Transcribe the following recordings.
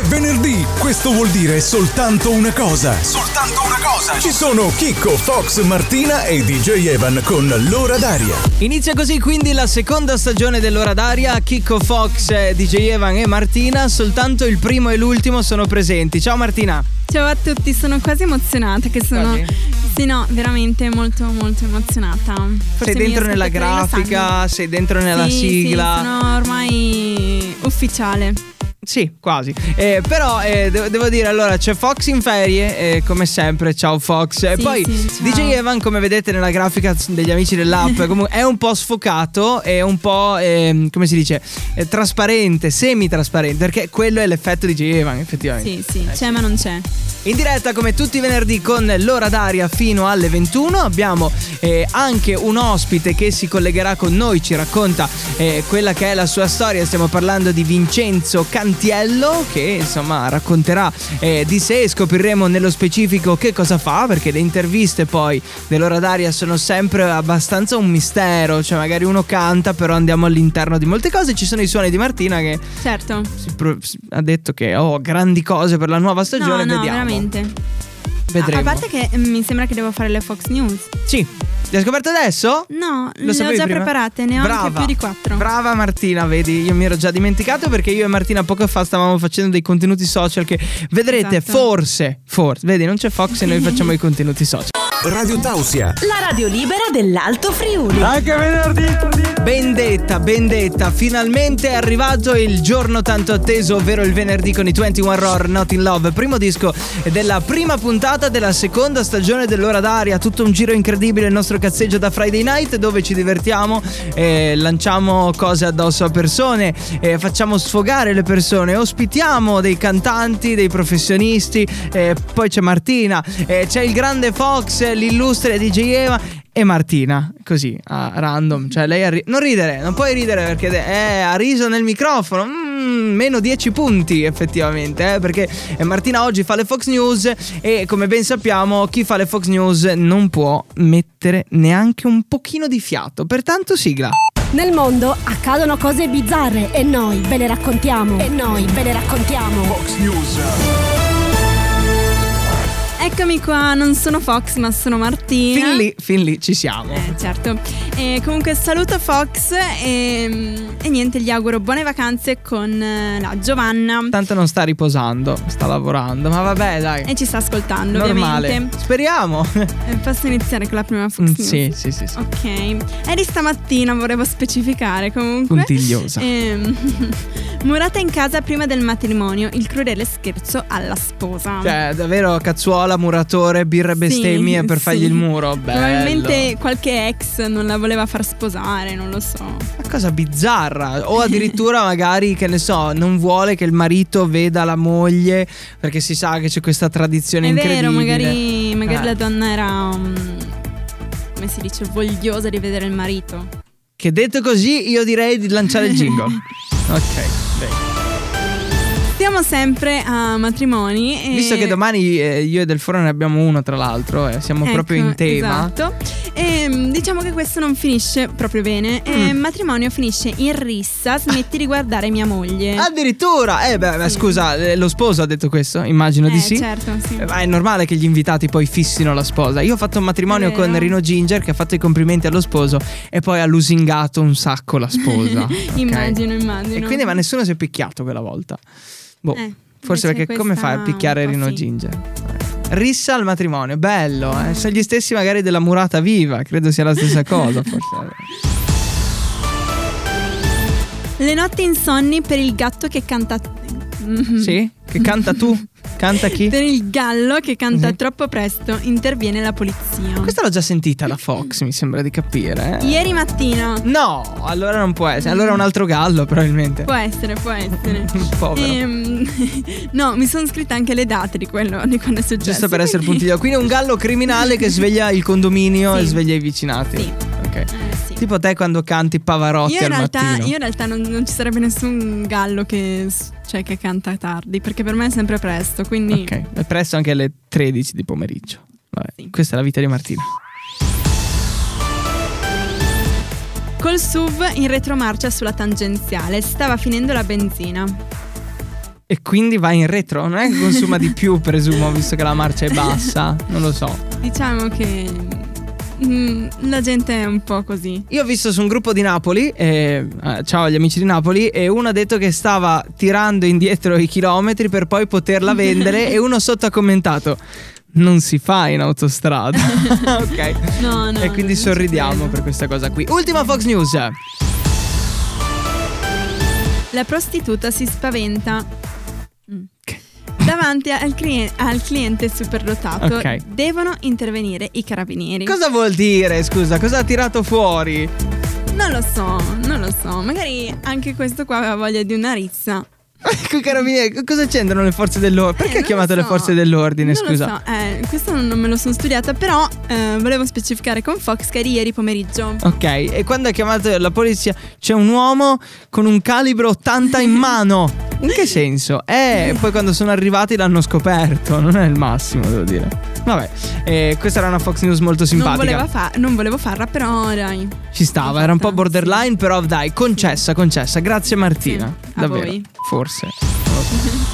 Venerdì, questo vuol dire soltanto una cosa. Soltanto una cosa. Ci sono Chicco, Fox, Martina e DJ Evan con l'Ora d'Aria. Inizia così quindi la seconda stagione dell'Ora d'Aria. Chicco, Fox, DJ Evan e Martina. Soltanto il primo e l'ultimo sono presenti. Ciao Martina. Ciao a tutti, sono quasi emozionata che sono... Quasi? Sì, no, veramente molto molto emozionata. Forse Sei dentro nella grafica, sei dentro nella sigla. Sì, sono ormai ufficiale. Sì, quasi. Però devo dire, allora c'è Fox in ferie, come sempre. Ciao Fox. E poi ciao. DJ Evan, come vedete nella grafica degli amici dell'app, comunque è un po' sfocato e un po' come si dice, trasparente, semi-trasparente, perché quello è l'effetto di DJ Evan, effettivamente. Sì, c'è ma non c'è. In diretta come tutti i venerdì con l'Ora d'Aria fino alle 21. Abbiamo anche un ospite che si collegherà con noi, ci racconta quella che è la sua storia. Stiamo parlando di Vincenzo Cantiello, che insomma racconterà di sé. Scopriremo nello specifico che cosa fa, perché le interviste poi dell'Ora d'Aria sono sempre abbastanza un mistero. Cioè magari uno canta, però andiamo all'interno di molte cose. Ci sono i suoni di Martina che Certo. ha detto che grandi cose per la nuova stagione. No, vediamo. Vedremo. A parte che mi sembra che devo fare le Fox News. Sì. Li hai scoperte adesso? No, Lo le ho sapevi già prima? preparate, ne ho anche più di 4. Brava Martina, vedi, io mi ero già dimenticato perché io e Martina poco fa stavamo facendo dei contenuti social che vedrete, Esatto. forse, vedi, non c'è Fox e noi facciamo i contenuti social. Radio Tausia. La radio libera dell'Alto Friuli. Anche venerdì. Ben detta, finalmente è arrivato il giorno tanto atteso, ovvero il venerdì con i 21 Roar Not in Love, primo disco della prima puntata della seconda stagione dell'Ora d'Aria. Tutto un giro incredibile, il nostro cazzeggio da Friday Night, dove ci divertiamo, lanciamo cose addosso a persone, facciamo sfogare le persone, ospitiamo dei cantanti, dei professionisti, poi c'è Martina, c'è il grande Fox, l'illustre DJ Eva e Martina, così a random. Cioè lei non ridere, non puoi ridere perché ha riso nel microfono. Meno 10 punti effettivamente, perché Martina oggi fa le Fox News e come ben sappiamo chi fa le Fox News non può mettere neanche un pochino di fiato. Pertanto sigla. Nel mondo accadono cose bizzarre e noi ve le raccontiamo. Fox News. Eccomi qua, non sono Fox ma sono Martina. Fin lì ci siamo. Certo. Comunque saluto Fox e niente, gli auguro buone vacanze con la Giovanna. Tanto non sta riposando, sta lavorando, ma vabbè dai. E ci sta ascoltando, normale. ovviamente. Speriamo. Posso iniziare con la prima Fox News? Sì. Ok. È di stamattina, volevo specificare comunque. Puntigliosa. Murata in casa prima del matrimonio, il crudele scherzo alla sposa. Cioè davvero cazzuola, muratore, birre e bestemmie per fargli il muro. Bello. Probabilmente qualche ex non la voleva far sposare, non lo so. Una cosa bizzarra. O addirittura magari, che ne so, non vuole che il marito veda la moglie perché si sa che c'è questa tradizione incredibile. È vero, magari la donna era come si dice, vogliosa di vedere il marito. Che detto così io direi di lanciare il jingle. Ok, bene. Siamo sempre a matrimoni Visto che domani io e Del Foro ne abbiamo uno tra l'altro, siamo proprio in tema. Esatto. E diciamo che questo non finisce proprio bene. Il matrimonio finisce in rissa. Smetti di guardare mia moglie. Addirittura sì. Scusa, lo sposo ha detto questo? Immagino di sì. Certo, sì. È normale che gli invitati poi fissino la sposa. Io ho fatto un matrimonio con Rino Ginger, che ha fatto i complimenti allo sposo e poi ha lusingato un sacco la sposa. Immagino. E quindi ma nessuno si è picchiato quella volta. Forse perché come fai a picchiare Rino Ginger? Rissa al matrimonio, bello, sono gli stessi magari della murata viva, credo sia la stessa cosa forse. Le notti insonni per il gatto che canta. Sì? Che canta tu? Canta chi? Per il gallo che canta troppo presto interviene la polizia. Questa l'ho già sentita la Fox, mi sembra di capire. Ieri mattina. No, allora non può essere. Allora è un altro gallo probabilmente. Può essere. Povero. No, mi sono scritte anche le date di quando è successo. Giusto per essere puntiglio. Quindi è un gallo criminale che sveglia il condominio e sveglia i vicinati. Sì. Ok. Sì. Tipo te quando canti Pavarotti al mattino. Io in realtà non ci sarebbe nessun gallo che canta tardi, perché per me è sempre presto, quindi. Ok, è presto anche alle 13 di pomeriggio. Vabbè, sì. Questa è la vita di Martina. Col SUV in retromarcia sulla tangenziale, stava finendo la benzina. E quindi va in retro, non è che consuma di più, presumo, visto che la marcia è bassa, non lo so. Diciamo che la gente è un po' così. Io ho visto su un gruppo di Napoli, ciao agli amici di Napoli, e uno ha detto che stava tirando indietro i chilometri per poi poterla vendere e uno sotto ha commentato: non si fa in autostrada. Ok. No, e quindi non ci sorridiamo credo. per questa cosa qui. Ultima Fox News. La prostituta si spaventa davanti al cliente superdotato. Ok. Devono intervenire i carabinieri. Cosa vuol dire, scusa? Cosa ha tirato fuori? Non lo so. Magari anche questo qua aveva voglia di una rizza. Coi carabinieri, cosa c'entrano le forze dell'ordine? Perché ha non chiamato lo le so. forze dell'ordine, Non scusa? lo so, questo non me lo sono studiata, però volevo specificare con Fox che eri ieri pomeriggio. Ok, e quando ha chiamato la polizia c'è un uomo con un calibro 80 in mano. In che senso? Poi quando sono arrivati l'hanno scoperto. Non è il massimo, devo dire. Vabbè, questa era una Fox News molto simpatica. Non volevo farla, però dai. Ci stava, era un po' borderline, però dai, concessa. Grazie Martina. Sì, a davvero. voi. Forse. Non lo so.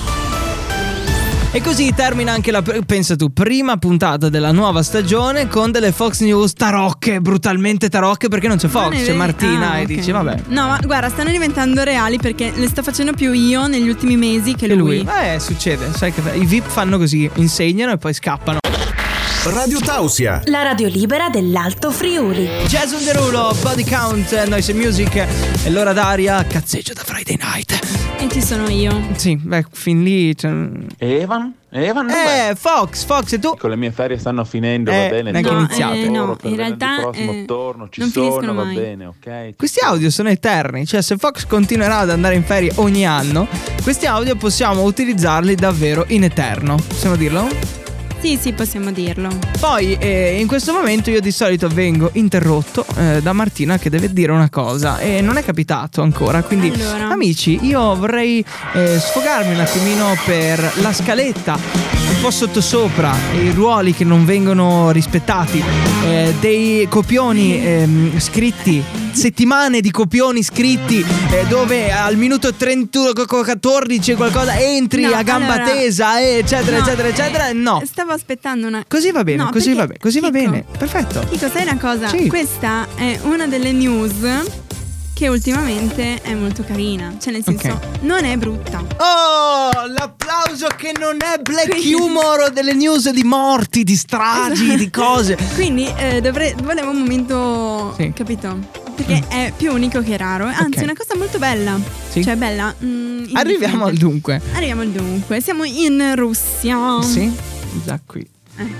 E così termina anche pensa tu, prima puntata della nuova stagione con delle Fox News tarocche, brutalmente tarocche, perché non c'è Fox, c'è Martina e ok. dici vabbè. No, ma guarda, stanno diventando reali perché le sto facendo più io negli ultimi mesi che E lui. succede, sai che i VIP fanno così, insegnano e poi scappano. Radio Tausia. La radio libera dell'Alto Friuli. Jason Derulo, Body Count, Noise Music e l'ora d'aria, cazzeggio da Friday Night. E ci sono io. Sì, fin lì Evan, dov'è? Fox e tu? Con le mie ferie stanno finendo, va bene. neanche torno iniziate. per No, per in venerdì realtà, prossimo torno, ci non sono, finiscono va mai. bene, ok. Questi audio sono eterni, cioè se Fox continuerà ad andare in ferie ogni anno, questi audio possiamo utilizzarli davvero in eterno. Possiamo dirlo? Sì, possiamo dirlo. Poi in questo momento io di solito vengo interrotto da Martina che deve dire una cosa e non è capitato ancora, quindi Allora. amici, io vorrei sfogarmi un attimino per la scaletta un po' sottosopra, i ruoli che non vengono rispettati, dei copioni scritti, settimane di copioni scritti dove al minuto 31 14 qualcosa entri No, a gamba allora, tesa eccetera no, eccetera eccetera. No, Stavo aspettando una. così va bene, No, così va perché, bene, così va Chico, bene, perfetto. Chico, sai una cosa? Sì. Questa è una delle news che ultimamente è molto carina. Cioè, nel senso, Ok. non è brutta. Oh, l'applauso che non è black humor o delle news di morti, di stragi, di cose. Quindi volevo un momento, Sì. capito? Perché è più unico che raro. Anzi, Ok. è una cosa molto bella. Sì. Cioè, bella. Arriviamo al dunque. Arriviamo al dunque. Siamo in Russia. Sì, già qui.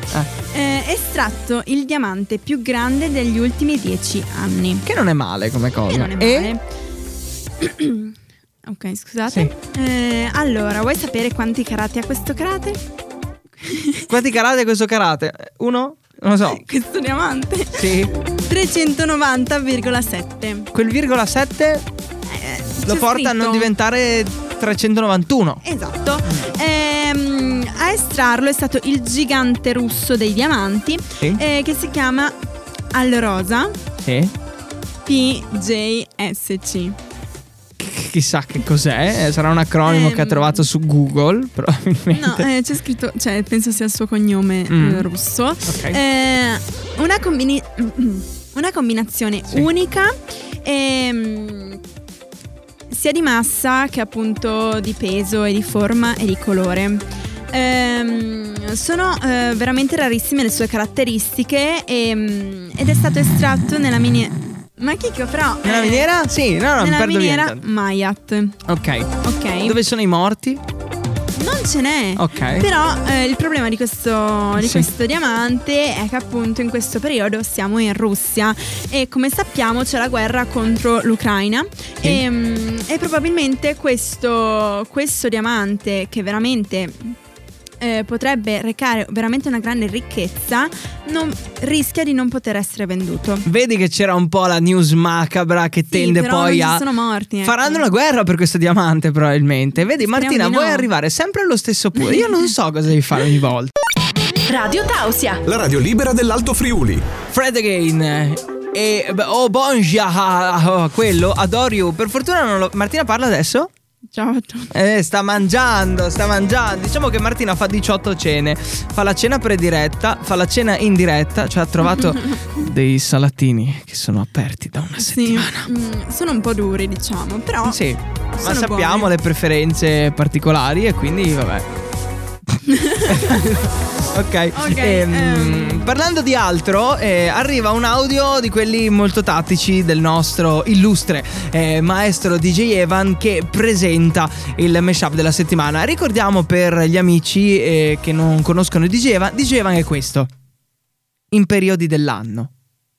Estratto il diamante più grande degli ultimi 10 anni. Che non è male come cosa. Che non è male. Ok, scusate. Allora, vuoi sapere quanti carati ha questo karate? Quanti karate è questo karate? Uno? Non lo so. Questo diamante? Sì. 390,7. Quel virgola 7 lo c'è porta a non scritto. diventare 391. Esatto. A estrarlo è stato il gigante russo dei diamanti, Sì. che si chiama Alrosa Sì. PJSC. Chissà che cos'è. Sarà un acronimo che ha trovato su Google, probabilmente. No, c'è scritto, cioè penso sia il suo cognome russo. Ok. Una combinazione Sì. unica, sia di massa che appunto di peso e di forma e di colore. Sono veramente rarissime le sue caratteristiche ed è stato estratto nella miniera. Ma Chico, però Nella miniera? Sì, no, non nella perdo miniera niente. Mayat. Ok. Ok. Dove sono i morti? Non ce n'è. Ok. Però il problema di questo Sì. diamante è che appunto in questo periodo siamo in Russia e come sappiamo c'è la guerra contro l'Ucraina. Sì. E probabilmente questo diamante che veramente potrebbe recare veramente una grande ricchezza rischia di non poter essere venduto. Vedi che c'era un po' la news macabra che tende però poi non ci a sono morti, ecco. faranno una guerra per questo diamante probabilmente. Vedi Speriamo Martina, di vuoi no. arrivare sempre allo stesso punto. Io non so cosa devi fare ogni volta. Radio Tausia. La radio libera dell'Alto Friuli. Fred Again e Bonja quello Adore You. Per fortuna non lo... Martina parla adesso? Ciao a tutti. Sta mangiando. Diciamo che Martina fa 18 cene. Fa la cena prediretta, fa la cena in diretta. Cioè ha trovato dei salatini che sono aperti da una settimana. Sono un po' duri, diciamo, però sì, ma sappiamo buoni. le preferenze particolari e quindi vabbè. Ok. Parlando di altro, arriva un audio di quelli molto tattici del nostro illustre maestro DJ Evan, che presenta il mashup della settimana. Ricordiamo per gli amici che non conoscono DJ Evan è questo: in periodi dell'anno,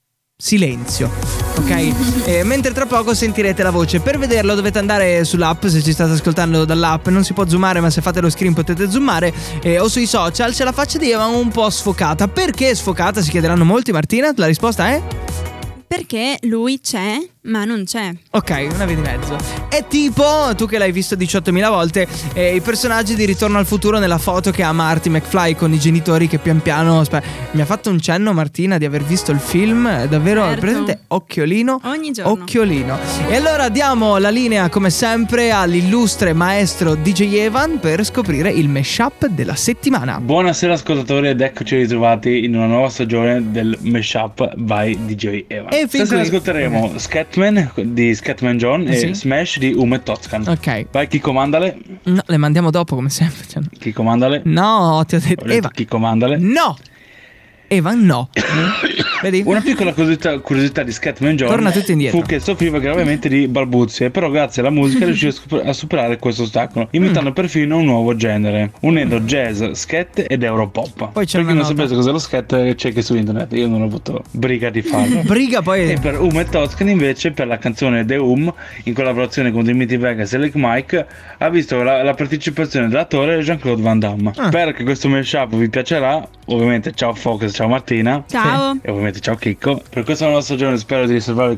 silenzio. Ok, mentre tra poco sentirete la voce. Per vederlo dovete andare sull'app, se ci state ascoltando dall'app. Non si può zoomare, ma se fate lo screen potete zoomare, o sui social. C'è la faccia di Evan un po' sfocata. Perché sfocata? Si chiederanno molti. Martina, la risposta è? Perché lui c'è, ma non c'è. Ok, una via di mezzo. È tipo, tu che l'hai visto 18.000 volte, i personaggi di Ritorno al futuro nella foto che ha Marty McFly con i genitori che pian piano... mi ha fatto un cenno Martina di aver visto il film. Davvero, certo. Presente? Occhiolino. Ogni giorno. Occhiolino. E allora diamo la linea come sempre all'illustre maestro DJ Evan per scoprire il mashup della settimana. Buonasera ascoltatori ed eccoci ritrovati in una nuova stagione del mashup by DJ Evan. Stasera ascolteremo Scatman di Scatman John e Smash di Umet Tozcan. Ok. Vai, chi comandale? No, le mandiamo dopo come sempre. Chi comandale? No, ti ho detto Evan. Chi comandale? No. Evan no. Vedi? Una piccola curiosità di Scatman John torna tutti indietro. fu che soffriva gravemente di balbuzie, però grazie alla musica riuscì a superare questo ostacolo, imitando perfino un nuovo genere, unendo jazz, scat ed europop. Poi c'è per chi non sapesse cos'è lo scat, cerchi su internet, io non ho avuto briga di farlo. Briga poi. E per Umet Tozcan invece, per la canzone The in collaborazione con Dimitri Vegas e Like Mike, ha visto la partecipazione dell'attore Jean-Claude Van Damme. Spero che questo mashup vi piacerà. Ovviamente ciao Focus, ciao Martina. Ciao. E ovviamente ciao Chicco. Per questa nuova stagione spero di riservarvi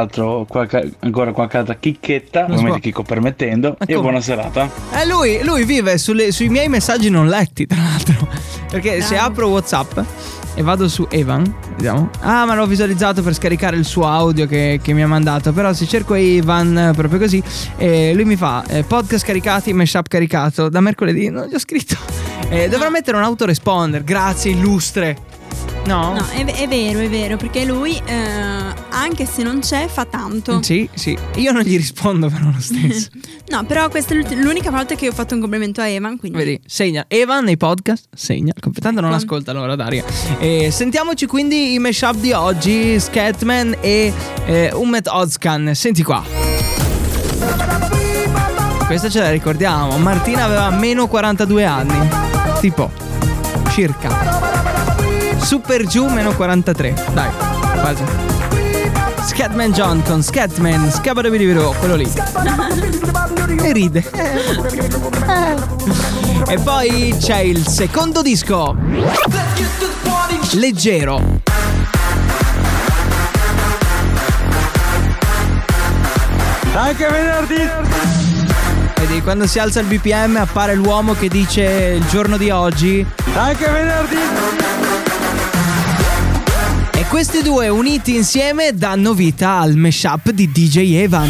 ancora qualche altra chicchetta, ovviamente Chicco permettendo. E buona serata. Lui vive sui miei messaggi non letti, tra l'altro. Perché se apro WhatsApp e vado su Evan, vediamo. Ah, ma l'ho visualizzato per scaricare il suo audio che mi ha mandato. Però se cerco Evan proprio così, lui mi fa podcast caricati, mashup caricato. Da mercoledì non gli ho scritto. Dovrà mettere un autoresponder. Grazie illustre. No, è vero, perché lui anche se non c'è fa tanto. Sì, io non gli rispondo però lo stesso. No, però questa è l'unica volta che ho fatto un complimento a Evan, quindi. Vedi, segna Evan nei podcast, segna. Tanto non ascolta allora Daria. Sentiamoci quindi i mashup di oggi, Scatman e Umet Tozcan. Senti qua. Questa ce la ricordiamo. Martina aveva meno 42 anni. Tipo circa. Super giù meno 43. Dai, quasi. Scatman John con Scatman Scabadabidibiro, quello lì. E ride. E poi c'è il secondo disco. Leggero. Anche venerdì. Vedi, quando si alza il BPM appare l'uomo che dice il giorno di oggi. Anche venerdì. E questi due uniti insieme danno vita al mashup di DJ Evan.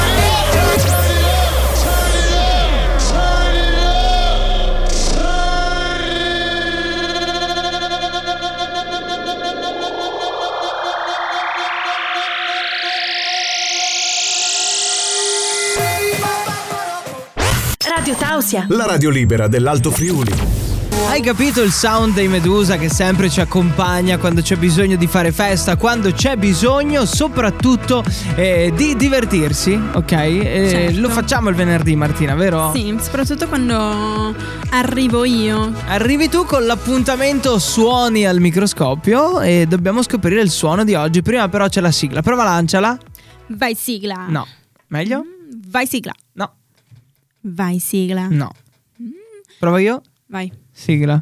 Radio Tausia, la radio libera dell'Alto Friuli. Hai capito il sound dei Medusa che sempre ci accompagna quando c'è bisogno di fare festa, quando c'è bisogno soprattutto di divertirsi, ok? Certo. Lo facciamo il venerdì, Martina, vero? Sì, soprattutto quando arrivo io. Arrivi tu con l'appuntamento suoni al microscopio e dobbiamo scoprire il suono di oggi. Prima però c'è la sigla, prova, lanciala. Vai sigla. No. Meglio? Vai sigla. No. Vai sigla. No. Provo io? Vai. Sigla.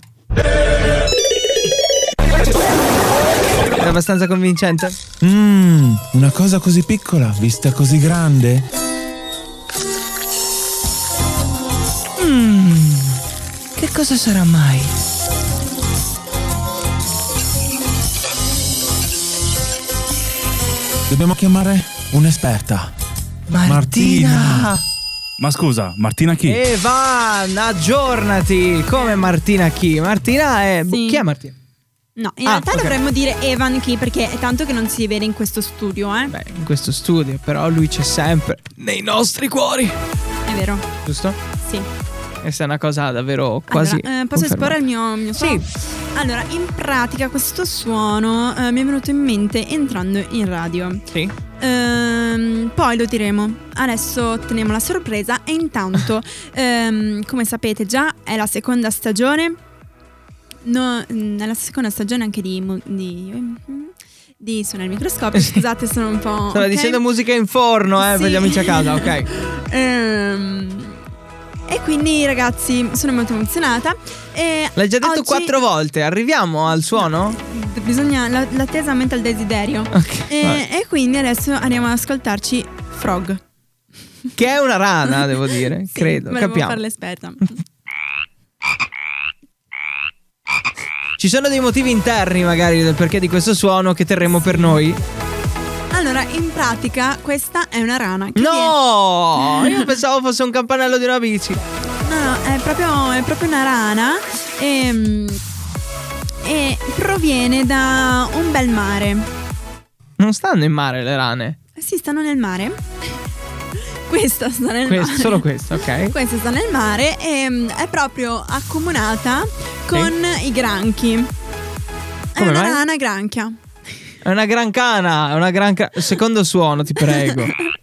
È abbastanza convincente? Una cosa così piccola, vista così grande. Che cosa sarà mai? Dobbiamo chiamare un'esperta. Martina! Ma scusa, Martina chi? Evan, aggiornati. Come Martina chi? Martina è... Sì. Chi è Martina? No, in realtà ok. dovremmo dire Evan Key, perché è tanto che non si vede in questo studio, Beh, in questo studio, però lui c'è sempre nei nostri cuori. È vero. Giusto? Sì. Questa è una cosa davvero quasi. Allora, posso esporre il mio Sì. suono? Allora, in pratica questo suono mi è venuto in mente entrando in radio. Sì. Poi lo diremo. Adesso teniamo la sorpresa. E intanto, come sapete già, è la seconda stagione. No, è la seconda stagione anche di Suona il microscopio. Scusate, sono un po'. Stava dicendo musica in forno, Sì. per gli amici a casa, ok. E quindi, ragazzi, sono molto emozionata. L'hai già detto oggi 4 volte. Arriviamo al suono? Bisogna. L'attesa aumenta il desiderio. Ok. Vabbè. E quindi adesso andiamo ad ascoltarci Frog. Che è una rana, devo dire. Sì, Credo. volevo Capiamo. fare l'esperta. Ci sono dei motivi interni, magari, del perché di questo suono che terremo per noi. Allora, in pratica, questa è una rana. Che No! Io pensavo fosse un campanello di una bici. No, è proprio una rana. E proviene da un bel mare. Non stanno in mare le rane. Sì, stanno nel mare. Questa sta nel mare. Solo questo, ok. Questa sta nel mare e è proprio accomunata con i granchi. È Come una mai? rana granchia. È una gran cana, è una gran secondo suono, ti prego.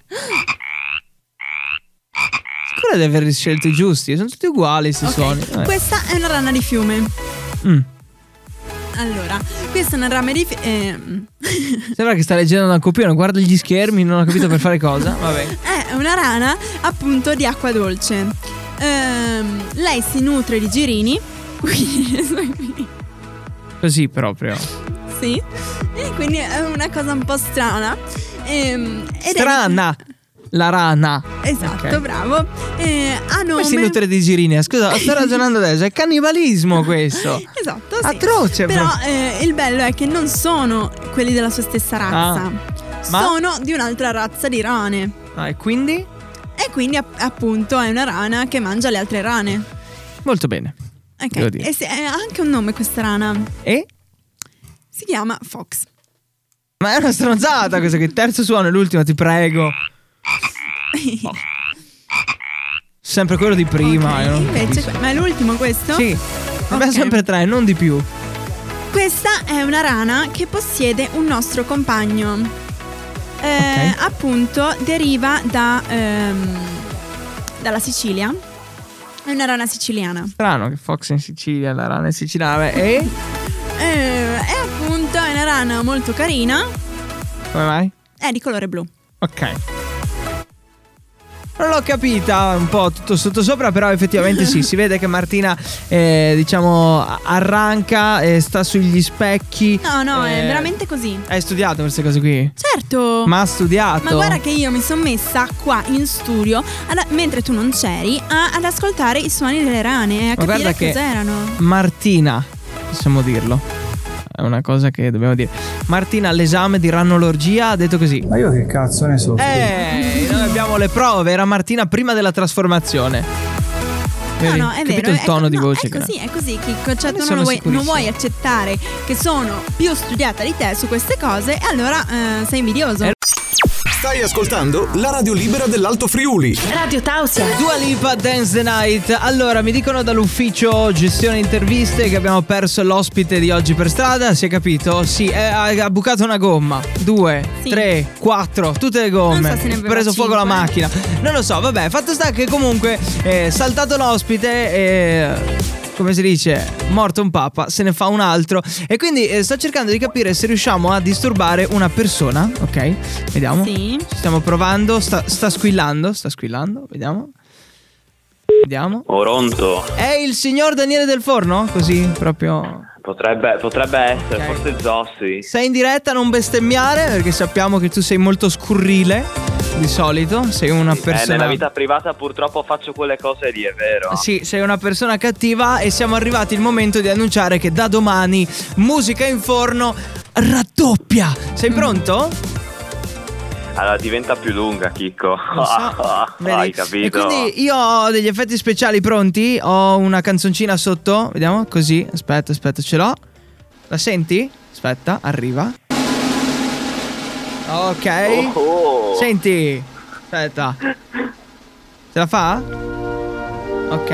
Sicura di aver scelto i giusti? Sono tutti uguali questi Ok, suoni. questa è una rana di fiume. Mm. Allora, questa è una rana di fiume. Sembra che sta leggendo da un copione. Guarda gli schermi, non ho capito per fare cosa. Vabbè. È una rana appunto di acqua dolce. Lei si nutre di girini. Quindi Così proprio. sì. E quindi è una cosa un po' strana. Ed è- Strana. La rana. Esatto, Ok. bravo. Ha nome. Come si nutre di girini? Scusa, sto ragionando adesso. È cannibalismo questo. Esatto, sì. Atroce. Però il bello è che non sono quelli della sua stessa razza. Ma? Sono di un'altra razza di rane. E quindi? E quindi appunto è una rana che mangia le altre rane. Molto bene. Devo Ok. dire. E ha anche un nome questa rana. E? Si chiama Fox. Ma è una stronzata questo, che terzo suono è l'ultimo, ti prego. Oh. Sempre quello di prima. Ok, io non invece, capisco. ma è l'ultimo questo? Sì, ne abbiamo Ok. sempre 3, non di più. Questa è una rana che possiede un nostro compagno. Ok. Appunto, deriva dalla Sicilia. È una rana siciliana. Strano che Fox in Sicilia, la rana in Sicilia. Vabbè, e? E appunto è una rana molto carina. Come mai? È di colore blu. Ok. Non l'ho capita un po' tutto sotto sopra, però effettivamente sì, si vede che Martina diciamo arranca, sta sugli specchi. No, è veramente così. Hai studiato queste cose qui? Certo. Ma ha studiato? Ma guarda che io mi sono messa qua in studio mentre tu non c'eri ad ascoltare i suoni delle rane e a Ma guarda capire che cos'erano. Martina, possiamo dirlo. È una cosa che dobbiamo dire. Martina all'esame di rannologia ha detto così. Ma io che cazzo ne so? Noi abbiamo le prove. Era Martina prima della trasformazione. Vedi? No, è Capito vero. il tono di voce? È così, Chicco. Cioè, Ne tu sono non sicurissimo. vuoi accettare che sono più studiata di te su queste cose e allora sei invidioso. Stai ascoltando la radio libera dell'Alto Friuli. Radio Tausia. Dua Lipa, Dance the Night. Allora, mi dicono dall'ufficio gestione interviste che abbiamo perso l'ospite di oggi per strada. Si è capito? Sì, ha bucato una gomma. 2, Sì. 3, 4, tutte le gomme. Non so se ne Ha aveva preso fuoco la 5. macchina. Non lo so, vabbè. Fatto sta che comunque saltato l'ospite e... come si dice, morto un papa, se ne fa un altro. E quindi sto cercando di capire se riusciamo a disturbare una persona. Ok, vediamo. Sì. Ci stiamo provando. Sta squillando. Vediamo. Oronto. È il signor Daniele Del Forno? Così, proprio. Potrebbe essere, Ok. forse Zossi. Sei in diretta, non bestemmiare, perché sappiamo che tu sei molto scurrile. Di solito, sei una persona. Nella vita privata purtroppo faccio quelle cose lì, è vero. Sì, sei una persona cattiva e siamo arrivati il momento di annunciare che da domani Musica in Forno raddoppia. Sei pronto? Allora diventa più lunga, Chicco. Lo so. Hai capito? E quindi io ho degli effetti speciali pronti. Ho una canzoncina sotto. Vediamo, così. Aspetta, ce l'ho. La senti? Aspetta, arriva. Ok. Senti. Aspetta. Ce la fa? Ok.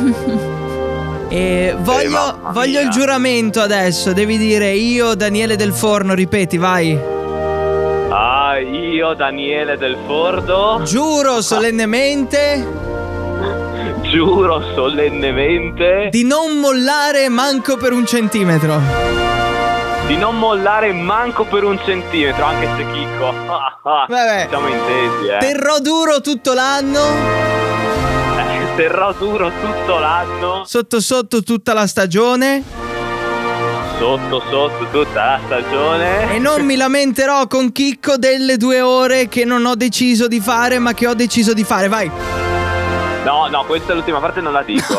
E voglio il giuramento adesso. Devi dire: io, Daniele Del Forno. Ripeti, vai. Io, Daniele Del Forno. Giuro solennemente di non mollare manco per un centimetro. Anche se Chicco. Vabbè. Siamo intesi, Terrò duro tutto l'anno. Sotto tutta la stagione. Sotto tutta la stagione. E non mi lamenterò con Chicco delle 2 ore che non ho deciso di fare, ma che ho deciso di fare. Vai. No, questa è l'ultima parte, non la dico.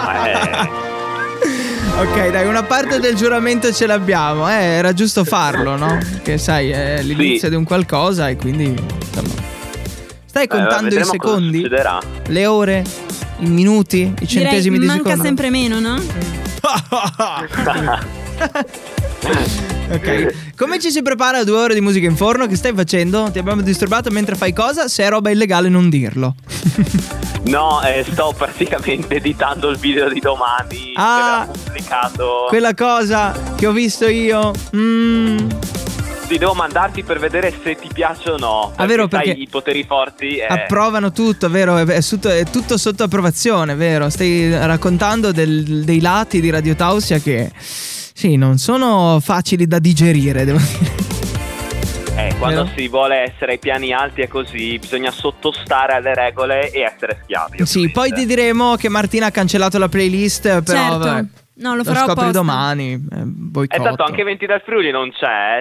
Ok, dai, una parte del giuramento ce l'abbiamo. Era giusto farlo, no? Che sai, è l'inizio di un qualcosa e quindi insomma. Stai contando i secondi? Le ore? I minuti? I centesimi di secondo? Manca sempre meno, no? Ok. Come ci si prepara a 2 ore di musica in forno? Che stai facendo? Ti abbiamo disturbato mentre fai cosa? Se è roba illegale non dirlo. No, sto praticamente editando il video di domani. Che verrà pubblicato. Quella cosa che ho visto io. Sì, devo mandarti per vedere se ti piace o no. Vero, sai, perché i poteri forti approvano tutto, vero? È tutto sotto approvazione, vero? Stai raccontando dei lati di Radio Tausia che sì, non sono facili da digerire, devo dire. Quando vero? si vuole essere ai piani alti è così, bisogna sottostare alle regole e essere schiavi. Sì, poi ti diremo che Martina ha cancellato la playlist, però certo. vabbè. No, lo Lo farò scopri apposta. domani. Boicotto. Esatto, anche 20 dal Friuli non c'è.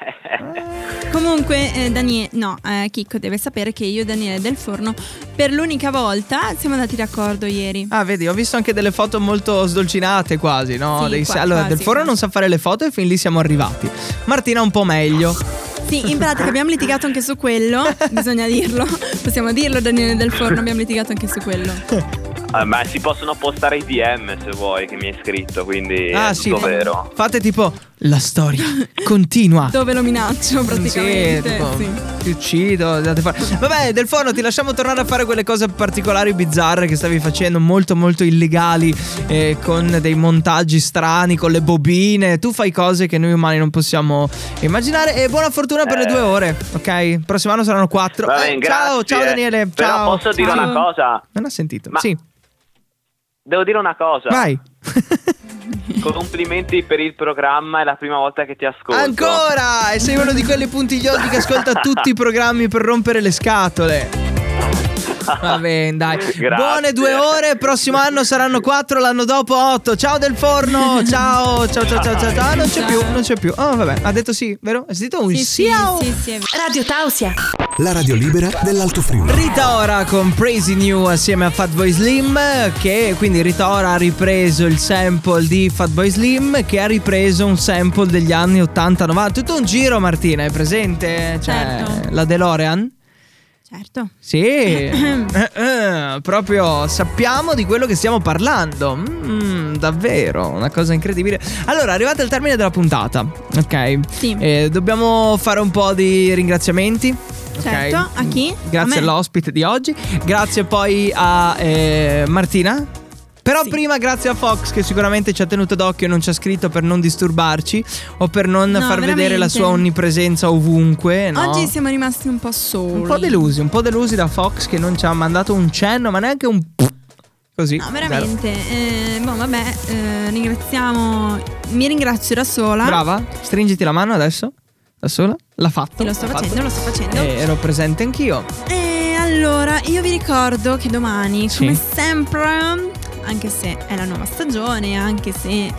Comunque, Chicco deve sapere che io e Daniele Del Forno per l'unica volta siamo andati d'accordo ieri. Vedi, ho visto anche delle foto molto sdolcinate quasi, no? Sì, allora, quasi, Del Forno non sa fare le foto e fin lì siamo arrivati. Martina un po' meglio. Sì, in pratica abbiamo litigato anche su quello. Bisogna dirlo. Possiamo dirlo, Daniele Del Forno, abbiamo litigato anche su quello. Ma si possono postare i DM se vuoi, che mi hai scritto, quindi è sì, tutto vero. Fate tipo la storia continua. Dove lo minaccio praticamente. Sì, tipo, sì. ti uccido. Vabbè, Del Forno, ti lasciamo tornare a fare quelle cose particolari, bizzarre che stavi facendo, molto molto illegali, con dei montaggi strani, con le bobine. Tu fai cose che noi umani non possiamo immaginare. E buona fortuna per le 2 ore, ok? Prossimo anno saranno 4. Vabbè, ciao Daniele. Però ciao. posso dire una cosa? Non ha sentito. Ma- Sì. Devo dire una cosa. Vai. Complimenti per il programma, è la prima volta che ti ascolto. Ancora! E sei uno di quelli puntigliosi che ascolta tutti i programmi per rompere le scatole. Va bene, dai. Grazie. Buone 2 ore. Prossimo anno saranno 4, l'anno dopo 8. Ciao Del Forno. Ciao. Non c'è più. Oh, vabbè. Ha detto sì, vero? Hai sentito un Sì, è vero. Radio Tausia. La radio libera dell'Alto Friuli. Rita Ora con Praising You assieme a Fatboy Slim, che quindi Rita Ora ha ripreso il sample di Fatboy Slim, che ha ripreso un sample degli anni 80-90. Tutto un giro, Martina, è presente? Certo. La DeLorean? Certo. Sì. Proprio sappiamo di quello che stiamo parlando. Davvero, una cosa incredibile. Allora, arrivate al termine della puntata, ok? Sì. Dobbiamo fare un po' di ringraziamenti. Certo, a chi? Grazie A me. all'ospite di oggi. Grazie poi a Martina. Però prima grazie a Fox, che sicuramente ci ha tenuto d'occhio e non ci ha scritto per non disturbarci o per non far vedere la sua onnipresenza ovunque, no? Oggi siamo rimasti un po' soli. Un po' delusi da Fox, che non ci ha mandato un cenno, ma neanche un così. No, veramente. Ringraziamo. Mi ringrazio da sola. Brava, stringiti la mano adesso. Da sola? L'ha fatto. Sì, lo sto facendo. Ero presente anch'io. E allora, io vi ricordo che domani, Sì. come sempre, anche se è la nuova stagione, anche se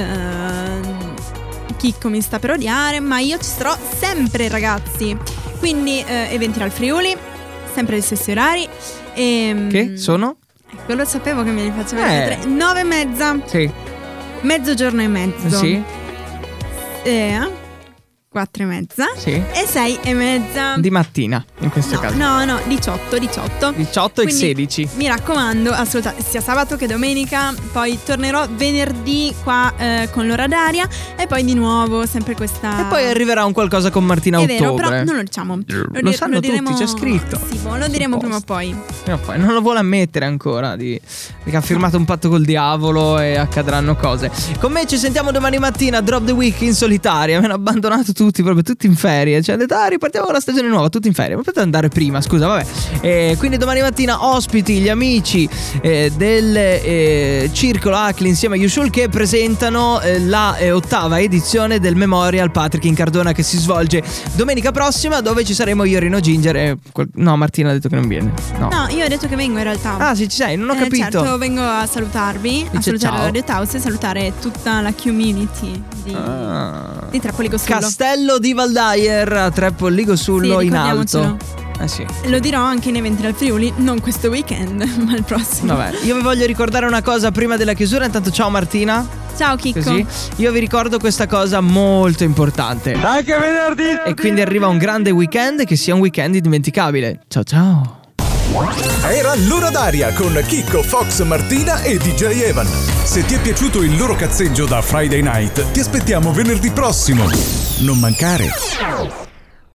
Chicco mi sta per odiare, ma io ci sarò sempre, ragazzi. Quindi eventi al Friuli, sempre agli stessi orari. Che sono? Ecco, lo sapevo che me li faceva vedere. 9:30. Sì. Mezzogiorno e mezzo. Sì. 4:30 Sì. e 6:30 Di mattina, in questo caso. No, 18 18 e 16. Mi raccomando, assolutamente, sia sabato che domenica. Poi tornerò venerdì qua con l'ora d'aria e poi di nuovo sempre questa. E poi arriverà un qualcosa con Martina a È vero, ottobre. però non lo diciamo. Lo sanno tutti, c'è scritto. Sì, lo diremo prima o poi. Non lo vuole ammettere ancora che ha firmato un patto col diavolo e accadranno cose. Con me ci sentiamo domani mattina. Drop the Week in solitaria. Mi hanno abbandonato tutti, proprio tutti in ferie. Cioè, ripartiamo con la stagione nuova, tutti in ferie. Ma potete andare prima, scusa, vabbè. Quindi domani mattina ospiti gli amici del Circolo Acli insieme a Usual che presentano la 8ª edizione del Memorial Patrick Incardona che si svolge domenica prossima, dove ci saremo io, Rino Ginger no, Martina ha detto che non viene. No, io ho detto che vengo in realtà. Ah, sì, ci sei, non ho capito. Certo, vengo a salutarvi, a salutare ciao. Radio Taos e salutare tutta la community di Trepoli Gossullo. Castello di Valdayer a Trepoli Gossullo, sì, in alto. ricordiamocelo. Sì. Lo dirò anche in eventi del Friuli, non questo weekend, ma il prossimo. Vabbè, io vi voglio ricordare una cosa prima della chiusura. Intanto ciao Martina. Ciao Chicco. Così. Io vi ricordo questa cosa molto importante. Anche venerdì. E quindi arriva un grande weekend, che sia un weekend indimenticabile. Ciao ciao. Era l'ora d'aria con Chicco, Fox, Martina e DJ Evan. Se ti è piaciuto il loro cazzeggio da Friday Night, ti aspettiamo venerdì prossimo. Non mancare.